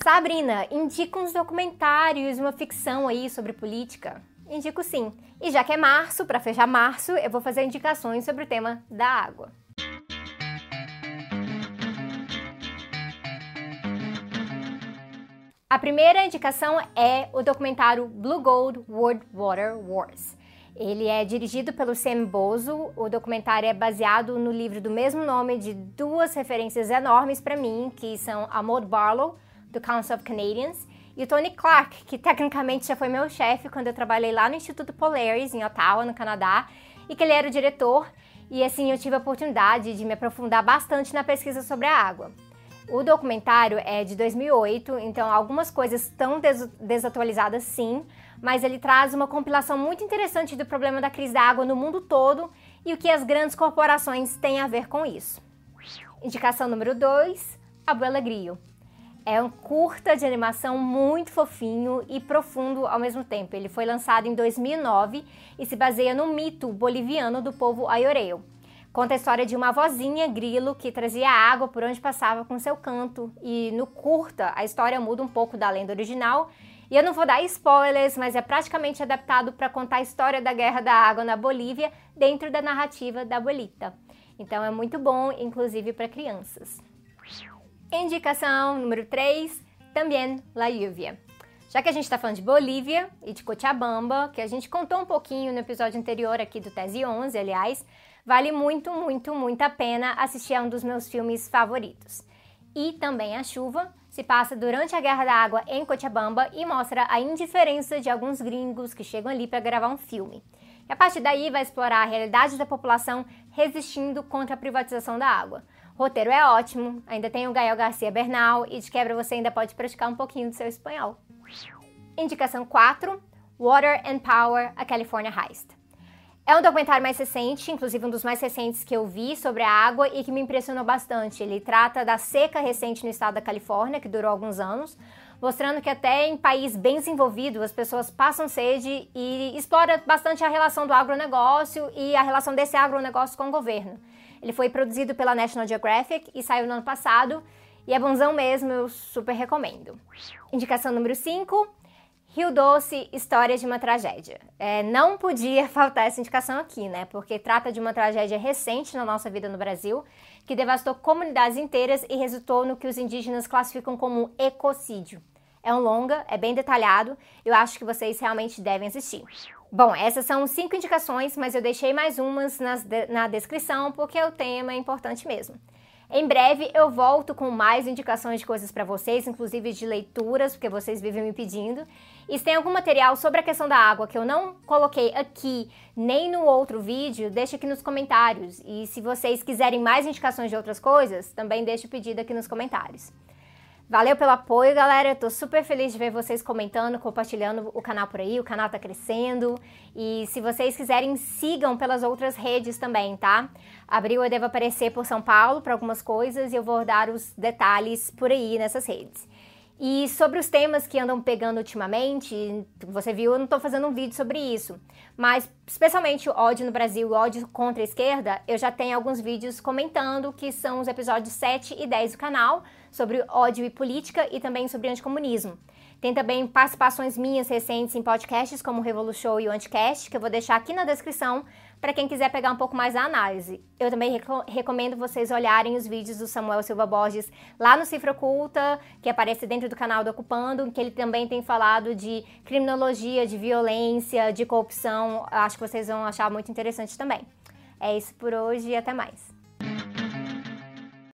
Sabrina, indica uns documentários, uma ficção aí sobre política? Indico sim. E já que é março, para fechar março, eu vou fazer indicações sobre o tema da água. A primeira indicação é o documentário Blue Gold World Water Wars. Ele é dirigido pelo Sam Bozo. O documentário é baseado no livro do mesmo nome de duas referências enormes para mim, que são a Maud Barlow, do Council of Canadians, e o Tony Clark, que tecnicamente já foi meu chefe quando eu trabalhei lá no Instituto Polaris, em Ottawa, no Canadá, e que ele era o diretor, e assim eu tive a oportunidade de me aprofundar bastante na pesquisa sobre a água. O documentário é de 2008, então algumas coisas estão desatualizadas sim, mas ele traz uma compilação muito interessante do problema da crise da água no mundo todo e o que as grandes corporações têm a ver com isso. Indicação número 2, Abuela Grillo. É um curta de animação muito fofinho e profundo ao mesmo tempo. Ele foi lançado em 2009 e se baseia no mito boliviano do povo aioreo. Conta a história de uma vozinha grilo que trazia água por onde passava com seu canto. E no curta, a história muda um pouco da lenda original. E eu não vou dar spoilers, mas é praticamente adaptado para contar a história da Guerra da Água na Bolívia dentro da narrativa da abuelita. Então é muito bom, inclusive para crianças. Indicação número 3, também La Lluvia. Já que a gente está falando de Bolívia e de Cochabamba, que a gente contou um pouquinho no episódio anterior aqui do Tese 11, aliás, vale muito a pena assistir a um dos meus filmes favoritos. E também A Chuva se passa durante a Guerra da Água em Cochabamba e mostra a indiferença de alguns gringos que chegam ali para gravar um filme. E a partir daí vai explorar a realidade da população resistindo contra a privatização da água. O roteiro é ótimo, ainda tem o Gael Garcia Bernal e de quebra você ainda pode praticar um pouquinho do seu espanhol. Indicação 4, Water and Power, A California Heist. É um documentário mais recente, inclusive um dos mais recentes que eu vi sobre a água e que me impressionou bastante. Ele trata da seca recente no estado da Califórnia, que durou alguns anos, mostrando que até em país bem desenvolvido as pessoas passam sede e explora bastante a relação do agronegócio e a relação desse agronegócio com o governo. Ele foi produzido pela National Geographic e saiu no ano passado e é bonzão mesmo, eu super recomendo. Indicação número 5, Rio Doce, História de uma Tragédia. Não podia faltar essa indicação aqui, né? Porque trata de uma tragédia recente na nossa vida no Brasil, que devastou comunidades inteiras e resultou no que os indígenas classificam como ecocídio. É um longa, é bem detalhado, eu acho que vocês realmente devem assistir. Bom, essas são 5 indicações, mas eu deixei mais umas na descrição porque o tema é importante mesmo. Em breve eu volto com mais indicações de coisas para vocês, inclusive de leituras, porque vocês vivem me pedindo. E se tem algum material sobre a questão da água que eu não coloquei aqui, nem no outro vídeo, deixa aqui nos comentários. E se vocês quiserem mais indicações de outras coisas, também deixa o pedido aqui nos comentários. Valeu pelo apoio, galera. Eu tô super feliz de ver vocês comentando, compartilhando o canal por aí. O canal tá crescendo. E se vocês quiserem, sigam pelas outras redes também, tá? Abril eu devo aparecer por São Paulo para algumas coisas e eu vou dar os detalhes por aí nessas redes. E sobre os temas que andam pegando ultimamente, você viu, eu não tô fazendo um vídeo sobre isso. Mas, especialmente o ódio no Brasil e o ódio contra a esquerda, eu já tenho alguns vídeos comentando, que são os episódios 7 e 10 do canal, sobre ódio e política e também sobre anticomunismo. Tem também participações minhas recentes em podcasts como o Revolution e o Anticast, que eu vou deixar aqui na descrição para quem quiser pegar um pouco mais da análise. Eu também recomendo vocês olharem os vídeos do Samuel Silva Borges lá no Cifra Oculta, que aparece dentro do canal do Ocupando, que ele também tem falado de criminologia, de violência, de corrupção. Acho que vocês vão achar muito interessante também. É isso por hoje e até mais.